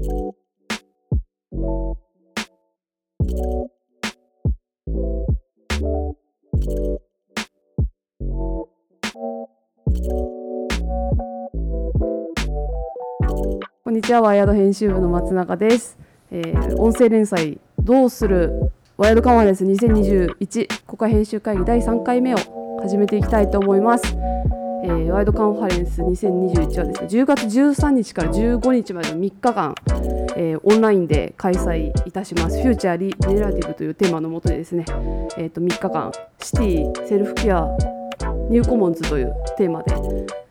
こんにちは、ワイヤード編集部の松中です。音声連載どうするワイヤードカンファレンス2021国家編集会議第3回目を始めていきたいと思います。ワイヤードカンファレンス2021はですね、10月13日から15日までの3日間、オンラインで開催いたします。フューチャーリジェネラティブというテーマのもとでですね、3日間シティ、セルフケア、ニューコモンズというテーマで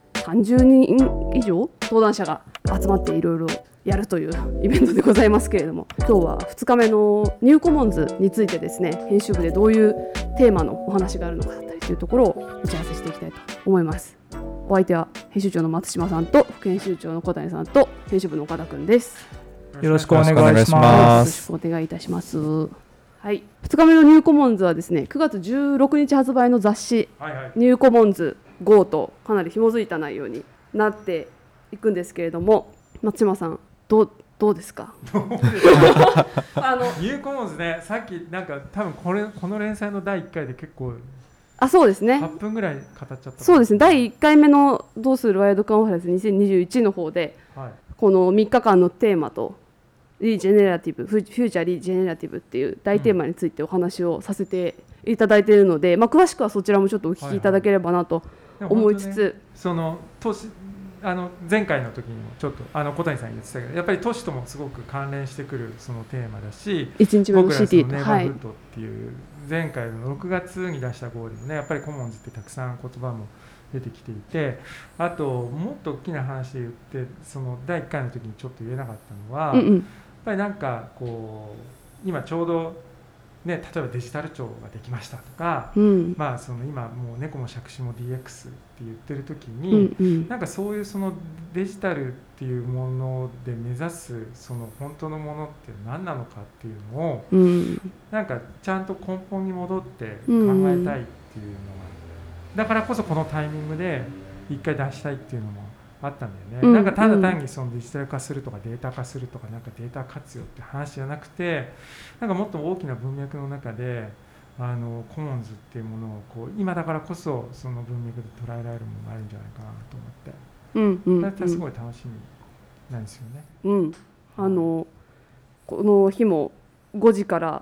30人以上登壇者が集まっていろいろやるというイベントでございますけれども、今日は2日目のニューコモンズについてですね、編集部でどういうテーマのお話があるのかだったりというところを打ち合わせしていきたいと思います。お相手は編集長の松島さんと副編集長の小谷さんと編集部の岡田くんです。 よろしくお願いします。 よろしくお願いいたします。はい、2日目のニューコモンズはですね、9月16日発売の雑誌、ニューコモンズ GO とかなり紐づいた内容になっていくんですけれども、松島さんどうですか？ ニューコモンズね、さっきなんか多分この連載の第1回で結構そうですね、 8分ぐらい語っちゃった。 そうですね、第1回目のどうするワイヤードカンファレンス2021の方で、この3日間のテーマとリジェネラティブ、フューチャーリジェネラティブっていう大テーマについてお話をさせていただいているので、詳しくはそちらもちょっとお聞きいただければなと思いつつ、 その前回の時にもちょっと小谷さん言ってたけど、やっぱり都市ともすごく関連してくるそのテーマだし、 1日目のシティ僕らそのネイバーフッドっていう前回の6月に出した号でもね、やっぱりコモンズってたくさん言葉も出てきていて、あともっと大きな話で言って、その第1回の時にちょっと言えなかったのは、やっぱりなんかこう今ちょうどね、例えばデジタル庁ができましたとか、その今もう猫も杓子も DX って言ってる時に、なんかそういうそのデジタルっていうもので目指すその本当のものって何なのかっていうのを、なんかちゃんと根本に戻って考えたいっていうのが、だからこそこのタイミングで一回出したいっていうのもあったんだよね。なんかただ単にそのデジタル化するとかデータ化するとか、なんかデータ活用って話じゃなくて、なんかもっと大きな文脈の中でコモンズっていうものをこう今だからこそその文脈で捉えられるものがあるんじゃないかなと思って、だからすごい楽しみなんですよね。 この日も5時から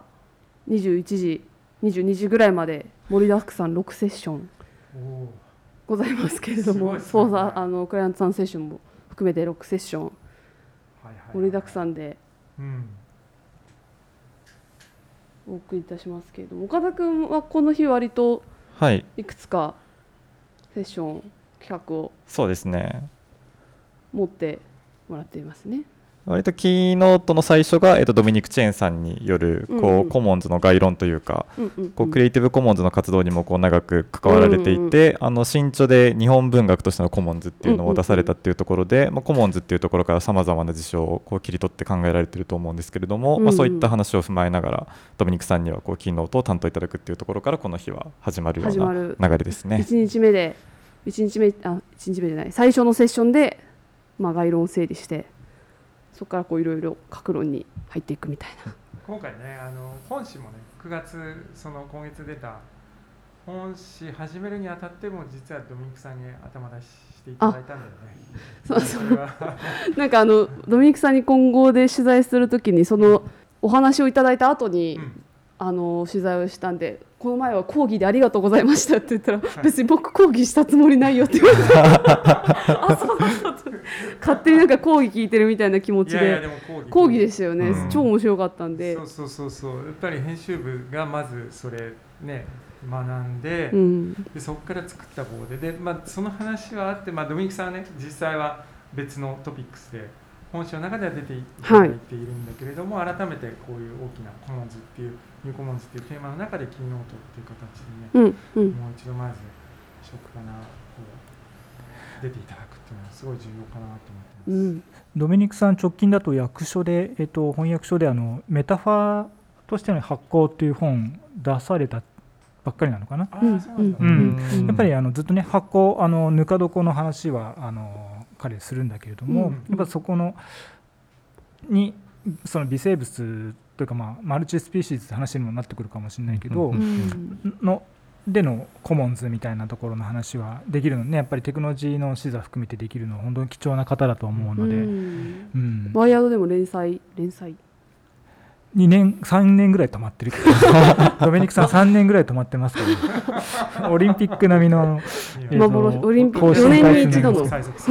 21時22時ぐらいまで盛りだくさん6セッションございますけれども、クライアントさんセッションも含めて6セッション盛りだくさんでお送りいたしますけれども、岡田君はこの日割といくつかセッション企画をそうですね持ってもらっていますね。 割とキーノートの最初が、ドミニク・チェーンさんによるコモンズの概論というか、クリエイティブコモンズの活動にも長く関わられていて、新著で日本文学としてのコモンズっていうのを出されたっていうところで、コモンズっていうところからさまざまな事象を切り取って考えられていると思うんですけれども、そういった話を踏まえながらドミニクさんにはキーノートを担当いただくっていうところからこの日は始まるような流れですね。 1日目じゃない、最初のセッションで、概論を整理して、そこからいろいろ各論に入っていくみたいな。 今回ね、本誌もね、9月今月出た本誌始めるにあたっても実はドミニクさんに頭出ししていただいたんだよね。 なんかドミニクさんに今後で取材するときにそのお話をいただいた後に、取材をしたんで、この前は講義でありがとうございましたって言ったら、別に僕講義したつもりないよって言われて勝手になんか講義聞いてるみたいな気持ちで、講義でしたよね、超面白かったんで。 そうやっぱり編集部がまずそれね学んで、でそこから作った号で、その話はあって、ドミニクさんはね実際は別のトピックスで本誌の中では出ていただいているんだけれども、改めてこういう大きなコモンズっていうニューコモンズっていうテーマの中でキーノートっていう形でね、もう一度まず職かな出ていただくっていうのはすごい重要かなと思ってます。 ドミニクさん直近だと訳書で、翻訳書でメタファーとしての発行っていう本出されたばっかりなのかな。やっぱりずっとね発行ぬか床の話は彼するんだけれども、やっぱそこのにその微生物というか、マルチスピーシーズって話にもなってくるかもしれないけど、でのコモンズみたいなところの話はできるのね。やっぱりテクノロジーの視座含めてできるのは本当に貴重な方だと思うので、 ワイヤードでも連載 2年3年ぐらい止まってるけどドミニクさん3年ぐらい止まってますけどオリンピック並みのオリンピック4年に一度の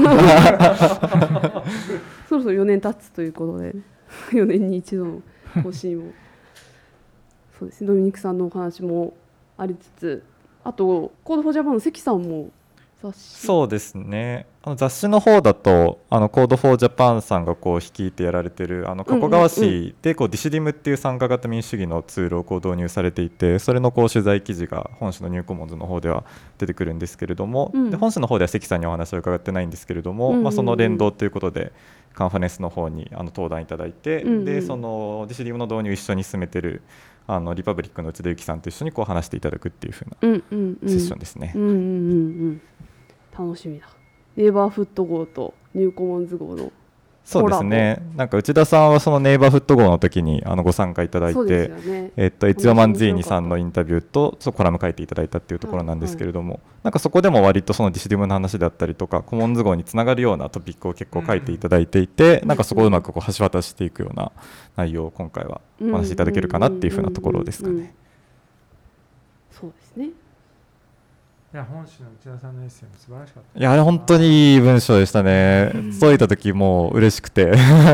そろそろ4年経つということで4年に一度の更新をそうですね、ドミニクさんのお話もありつつ、あとコードフォージャパンの関さんも雑誌、 そうですね、雑誌の方だとコードフォージャパンさんがこう率いてやられてる加古川市でこうディシディムっていう参加型民主主義のツールをこう導入されていて、それのこう取材記事が本誌のニューコモンズの方では出てくるんですけれども、で本誌の方では関さんにお話を伺ってないんですけれども、その連動ということでカンファレンスの方に登壇いただいて、でそのディシディムの導入を一緒に進めてるリパブリックの内田由紀さんと一緒にこう話していただくっていう風なセッションですね。 楽しみだ。ネイバーフット号とニューコモンズ号のそうですね、なんか内田さんはそのネイバーフット号の時にご参加いただいて、エツヨマンズイニさんのインタビューとコラム書いていただいたっていうところなんですけれども、なんかそこでも割とそのディシディムの話だったりとかコモンズ号につながるようなトピックを結構書いていただいていて、なんかそこをうまくこう橋渡していくような内容を今回はお話しいただけるかなっていうふうなところですかね。 そうですね。 いや本誌の内田さんのエッセイも素晴らしかった。 いやあれ本当にいい文章でしたね。届いた時もう嬉しくて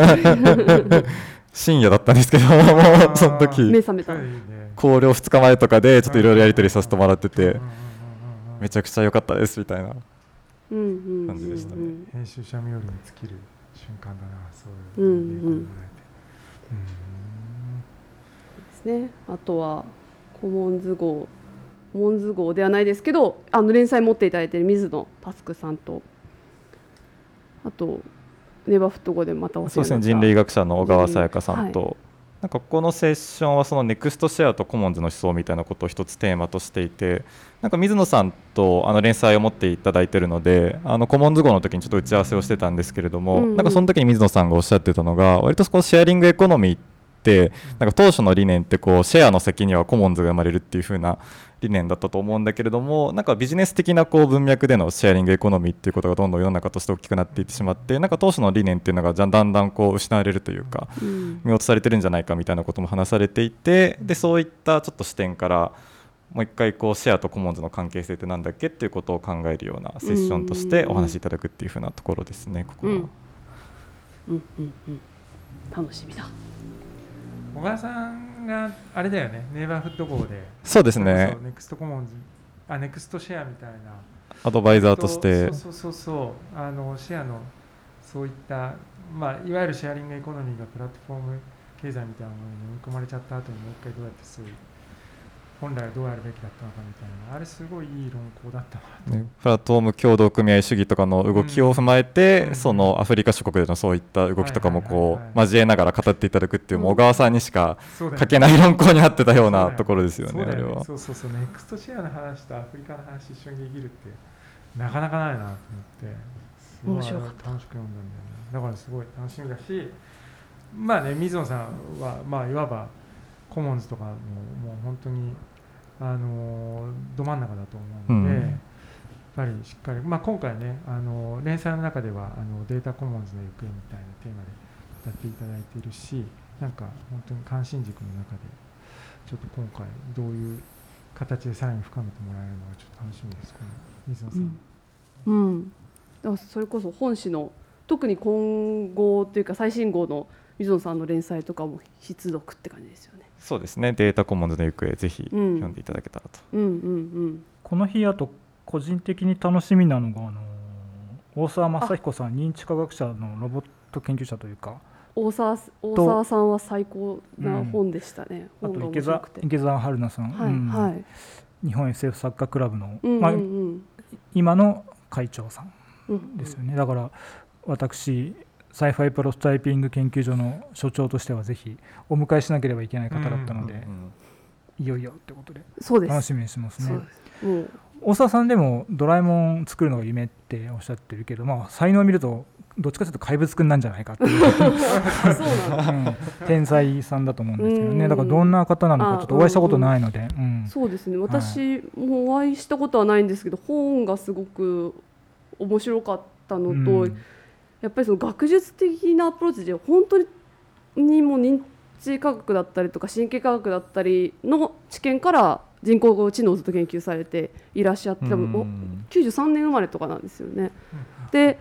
深夜だったんですけどもうその時目覚めた校了2日前とかでちょっといろいろやり取りさせてもらってて、めちゃくちゃ良かったですみたいな感じでしたね。 編集者冥利に尽きる瞬間だな、そういうですね。あとはコモンズ号ではないですけど、連載持っていただいている水野佑さんと、あとネバフット号でまたお世話になったそうですね、人類学者の小川さやかさんと、なんかここのセッションはそのネクストシェアとコモンズの思想みたいなことを一つテーマとしていて、なんか水野さんと連載を持っていただいているので、コモンズ号の時にちょっと打ち合わせをしてたんですけれども、なんかその時に水野さんがおっしゃってたのが、割とこのシェアリングエコノミーってなんか当初の理念ってこうシェアの先にはコモンズが生まれるっていう風な理念だったと思うんだけれども、なんかビジネス的なこう文脈でのシェアリングエコノミーっていうことがどんどん世の中として大きくなっていってしまって、なんか当初の理念っていうのがだんだんこう失われるというか、見落とされてるんじゃないかみたいなことも話されていて、でそういったちょっと視点からもう一回こうシェアとコモンズの関係性ってなんだっけっていうことを考えるようなセッションとしてお話しいただくっていう風なところですね、ここは。 楽しみだ。 小川さんがあれだよね、ネイバーフット号で、 そうですね、 ネクストコモンズ、ネクストシェアみたいなアドバイザーとして、 そうシェアのそういった、いわゆるシェアリングエコノミーがプラットフォーム経済みたいなものに飲み込まれちゃった後にもう一回どうやってそういう本来はどうやるべきだったのかみたいな、あれすごいいい論考だったなと、 プラットフォーム協同組合主義とかの動きを踏まえて、そのアフリカ諸国でのそういった動きとかもこう交えながら語っていただくっていう、もう小川さんにしか書けない論考になってたようなところですよね、あれは。 そうネクストシェアの話とアフリカの話一緒にできるってなかなかないなと思って、 面白かった。 楽しく読んだんだよね。だからすごい楽しみだし、水野さんは、いわばコモンズとかもう本当にど真ん中だと思うので、やっぱりしっかり、今回ね連載の中ではデータコモンズの行方みたいなテーマでやっていただいているし、なんか本当に関心軸の中でちょっと今回どういう形でさらに深めてもらえるのがちょっと楽しみです、この水野さん。 だからそれこそ本誌の特に今後というか最新号の水野さんの連載とかも必読って感じですよね。 そうですね、データコモンズの行方ぜひ読んでいただけたらと。 この日あと個人的に楽しみなのが大沢正彦さん、認知科学者のロボット研究者というか、 大沢さんは最高な本でしたね。 あと池澤春菜さん、日本 SF 作家クラブの、今の会長さんですよね。だから私サイファイプロトタイピング研究所の所長としてはぜひお迎えしなければいけない方だったので、 いよいよってことでそうです。 楽しみにしますね。 もう大沢さんでもドラえもん作るのが夢っておっしゃってるけど、才能を見るとどっちかというと怪物くんなんじゃないかっていうそうなんだ天才さんだと思うんですけどね。だからどんな方なのかちょっとお会いしたことないので、 そうですね、私もお会いしたことはないんですけど、本がすごく面白かったのと、やっぱりその学術的なアプローチで本当にもう認知科学だったりとか神経科学だったりの知見から人工知能をずっと研究されていらっしゃって、多分93年生まれとかなんですよね。で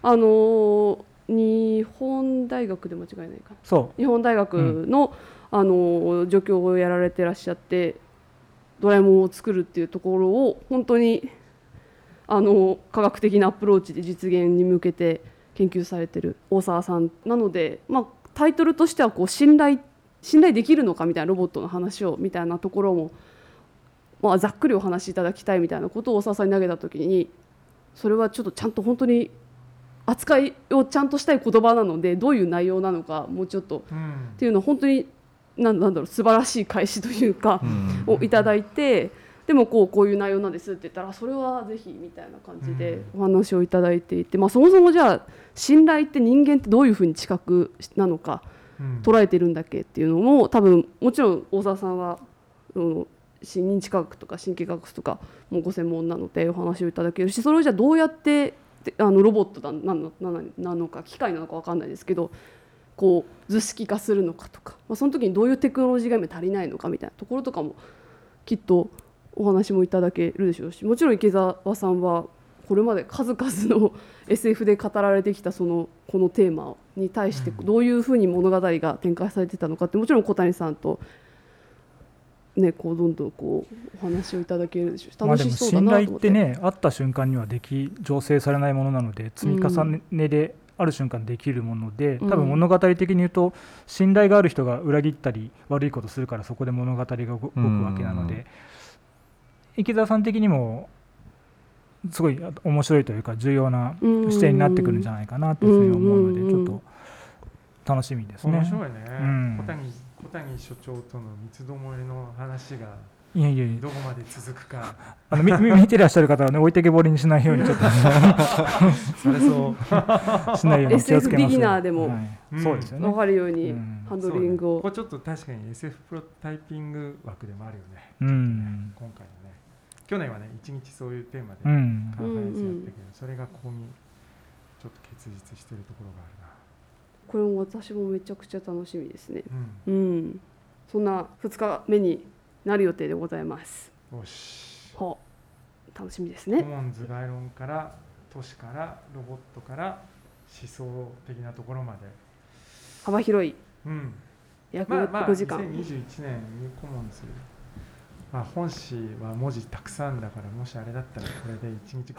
日本大学で間違いないかな、そう日本大学の、助教をやられてらっしゃって、ドラえもんを作るっていうところを本当に科学的なアプローチで実現に向けて研究されてる大沢さんなので、タイトルとしてはこう信頼できるのかみたいなロボットの話をみたいなところも、ざっくりお話しいただきたいみたいなことを大沢さんに投げた時に、それはちょっとちゃんと本当に扱いをちゃんとしたい言葉なので、どういう内容なのかもうちょっと、っていうのは本当になんだろう、素晴らしい返しというか、をいただいて、でもこういう内容なんですって言ったら、それはぜひみたいな感じでお話をいただいていて、そもそもじゃあ信頼って人間ってどういうふうに知覚なのか、捉えてるんだっけっていうのも、多分もちろん大沢さんは認知科学とか神経科学とかもご専門なのでお話をいただけるし、それをじゃあどうやってロボットなのか機械なのか分かんないですけど、こう図式化するのかとか、その時にどういうテクノロジーが今足りないのかみたいなところとかもきっとお話もいただけるでしょうし、もちろん池澤さんはこれまで数々の SF で語られてきたこのテーマに対してどういうふうに物語が展開されてたのかって、もちろん小谷さんとね、こうどんどんこうお話をいただけるでしょうし、楽しそうだなと思って。 信頼ってね、会った瞬間には醸成されないものなので、積み重ねである瞬間できるもので、多分物語的に言うと信頼がある人が裏切ったり悪いことするから、そこで物語が動くわけなので、池澤さん的にもすごい面白いというか重要な視点になってくるんじゃないかなというふうに思うので、ちょっと楽しみですね。 面白いね、小谷所長との三つどもえの話がどこまで続くか、 見てらっしゃる方はね、置いてけぼりにしないようにちょっとそれそうしないように気をつけます。 SF ビギナーでもそうですよね、 分かるようにハンドリングを、 これちょっと確かに SF プロタイピング枠でもあるよね、今回のね。去年はね1日そういうテーマでカンファレンスやったけど、それがここにちょっと結実してるところがあるな。 これも私もめちゃくちゃ楽しみですね。そんな2日目になる予定でございます。 よし、 楽しみですね。 コモンズ概論から都市からロボットから思想的なところまで幅広い、約5時間。 2021年ニューコモンズ、本誌は文字たくさんだから、もしあれだったらこれで1日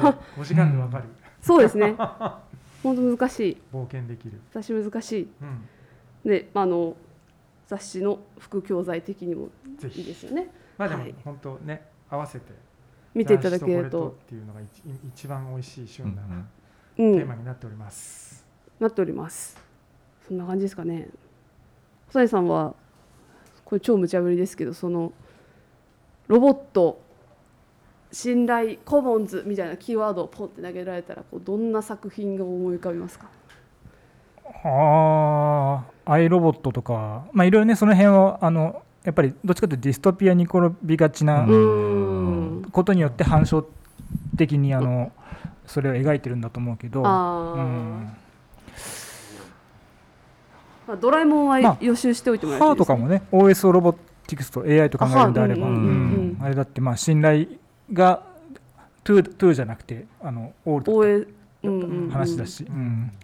5時間で分かるそうですね本当難しい、 冒険できる、 私難しい、で雑誌の副教材的にもいいですよね。 でも本当ね、合わせて見ていただけるとっていうのが一番おいしい旬なテーマになっております。 そんな感じですかね。小谷さんはこれ超無茶ぶりですけど、そのロボット、信頼、コモンズみたいなキーワードをポンって投げられたら、どんな作品が思い浮かびますか？ アイロボットとか、いろいろね、その辺はやっぱりどっちかというとディストピアに転びがちなことによって反射的にそれを描いてるんだと思うけど、 ドラえもんは予習しておいてもらいたいですね。 とかもね、OS ロボティクスと AI と考えるんであれば、あれだって信頼がトゥーじゃなくてオールとか話だし、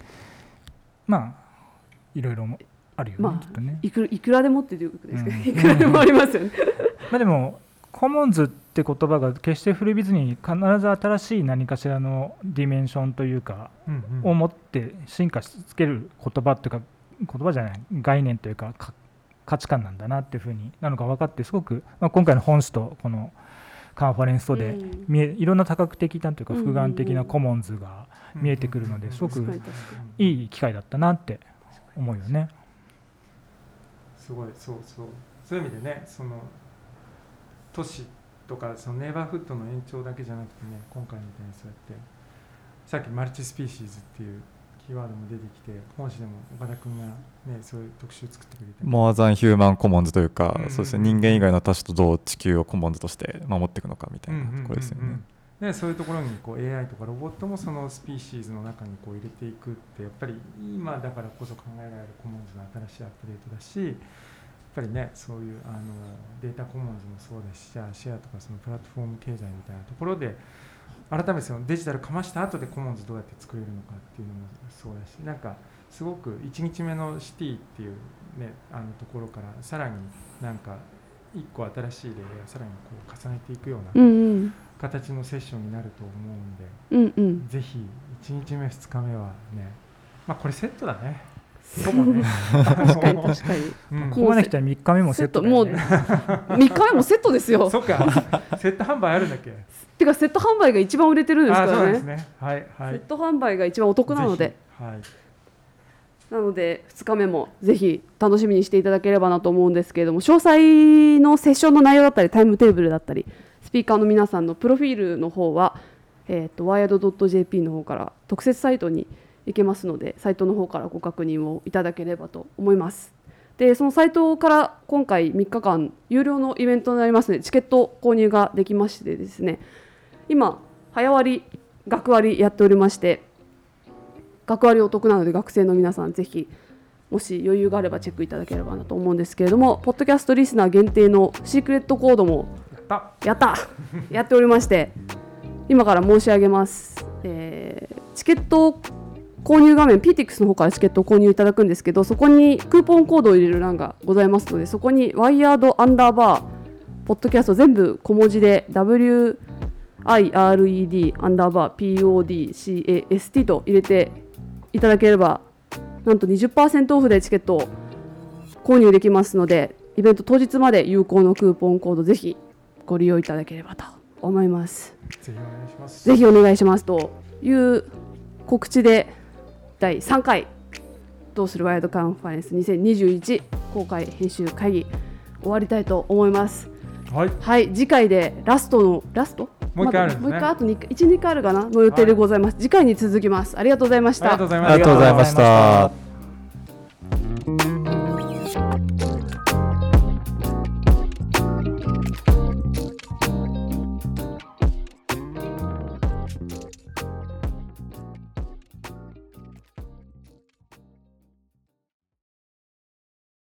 いろいろあるよね、きっとね。 いくらでもっていうことですけど、いくらでもありますよねでもコモンズって言葉が決して古びずに、必ず新しい何かしらのディメンションというか、を持って進化し続ける言葉っていうか、言葉じゃない、概念というか価値観なんだなっていうふうになのが分かって、すごく、今回の本誌とこのカンファレンスとでいろんな多角的なというか複眼的なコモンズが見えてくるので、すごくいい機会だったなって思うよね。 すごい、そういう意味でね、 都市とかそのネイバーフッドの延長だけじゃなくてね、今回みたいにそうやってさっきマルチスピーシーズっていうキーワードも出てきて、本誌でも岡田君が、ね、そういう特集作ってくれて、 モアザンヒューマンコモンズというか、 うんそうですね、人間以外の他種とどう地球をコモンズとして守っていくのかみたいなところですよね。 でそういうところにこう AI とかロボットもそのスピーシーズの中にこう入れていくって、やっぱり今だからこそ考えられるコモンズの新しいアップデートだし、やっぱりね、そういうデータコモンズもそうですし、シェアとかそのプラットフォーム経済みたいなところで改めてそのデジタルかました後でコモンズどうやって作れるのかっていうのもそうだし、なんかすごく1日目のシティっていう、ね、ところからさらになんか1個新しいレイヤーをさらにこう重ねていくような形のセッションになると思うんで、ぜひ1日目2日目はね、まあこれセットだね。そうね、 確かに確かに、 ここまで来たら3日目もセットだよね。 もう3日目もセットですよ。 そっか、セット販売あるんだっけ。 てかセット販売が一番売れてるんですからね。 そうですね、はいはい、 セット販売が一番お得なので、 はい、 なので2日目もぜひ楽しみにしていただければなと思うんですけれども、詳細のセッションの内容だったりタイムテーブルだったりスピーカーの皆さんのプロフィールの方は、wired.jp の方から特設サイトに行けますので、サイトの方からご確認をいただければと思います。でそのサイトから今回3日間有料のイベントになりますので、チケット購入ができましてですね、今早割学割やっておりまして、学割お得なので学生の皆さんぜひもし余裕があればチェックいただければなと思うんですけれども、ポッドキャストリスナー限定のシークレットコードもやっておりまして、今から申し上げます。チケット購入画面 PTX の方からチケットを購入いただくんですけど、そこにクーポンコードを入れる欄がございますので、そこにワイヤードアンダーバーポッドキャスト全部小文字で WIRED アンダーバー PODCAST と入れていただければ、なんと 20% オフでチケットを購入できますので、イベント当日まで有効のクーポンコードぜひご利用いただければと思います。 ぜひお願いします。 ぜひお願いしますという告知で、第3回どうするワイヤードカンファレンス2021公開編集会議終わりたいと思います。 はい、 はい、次回でラストもう1回あるんですね。もう1回あと1、2回あるかなの予定でございます。次回に続きます。ありがとうございました。 ありがとうございました。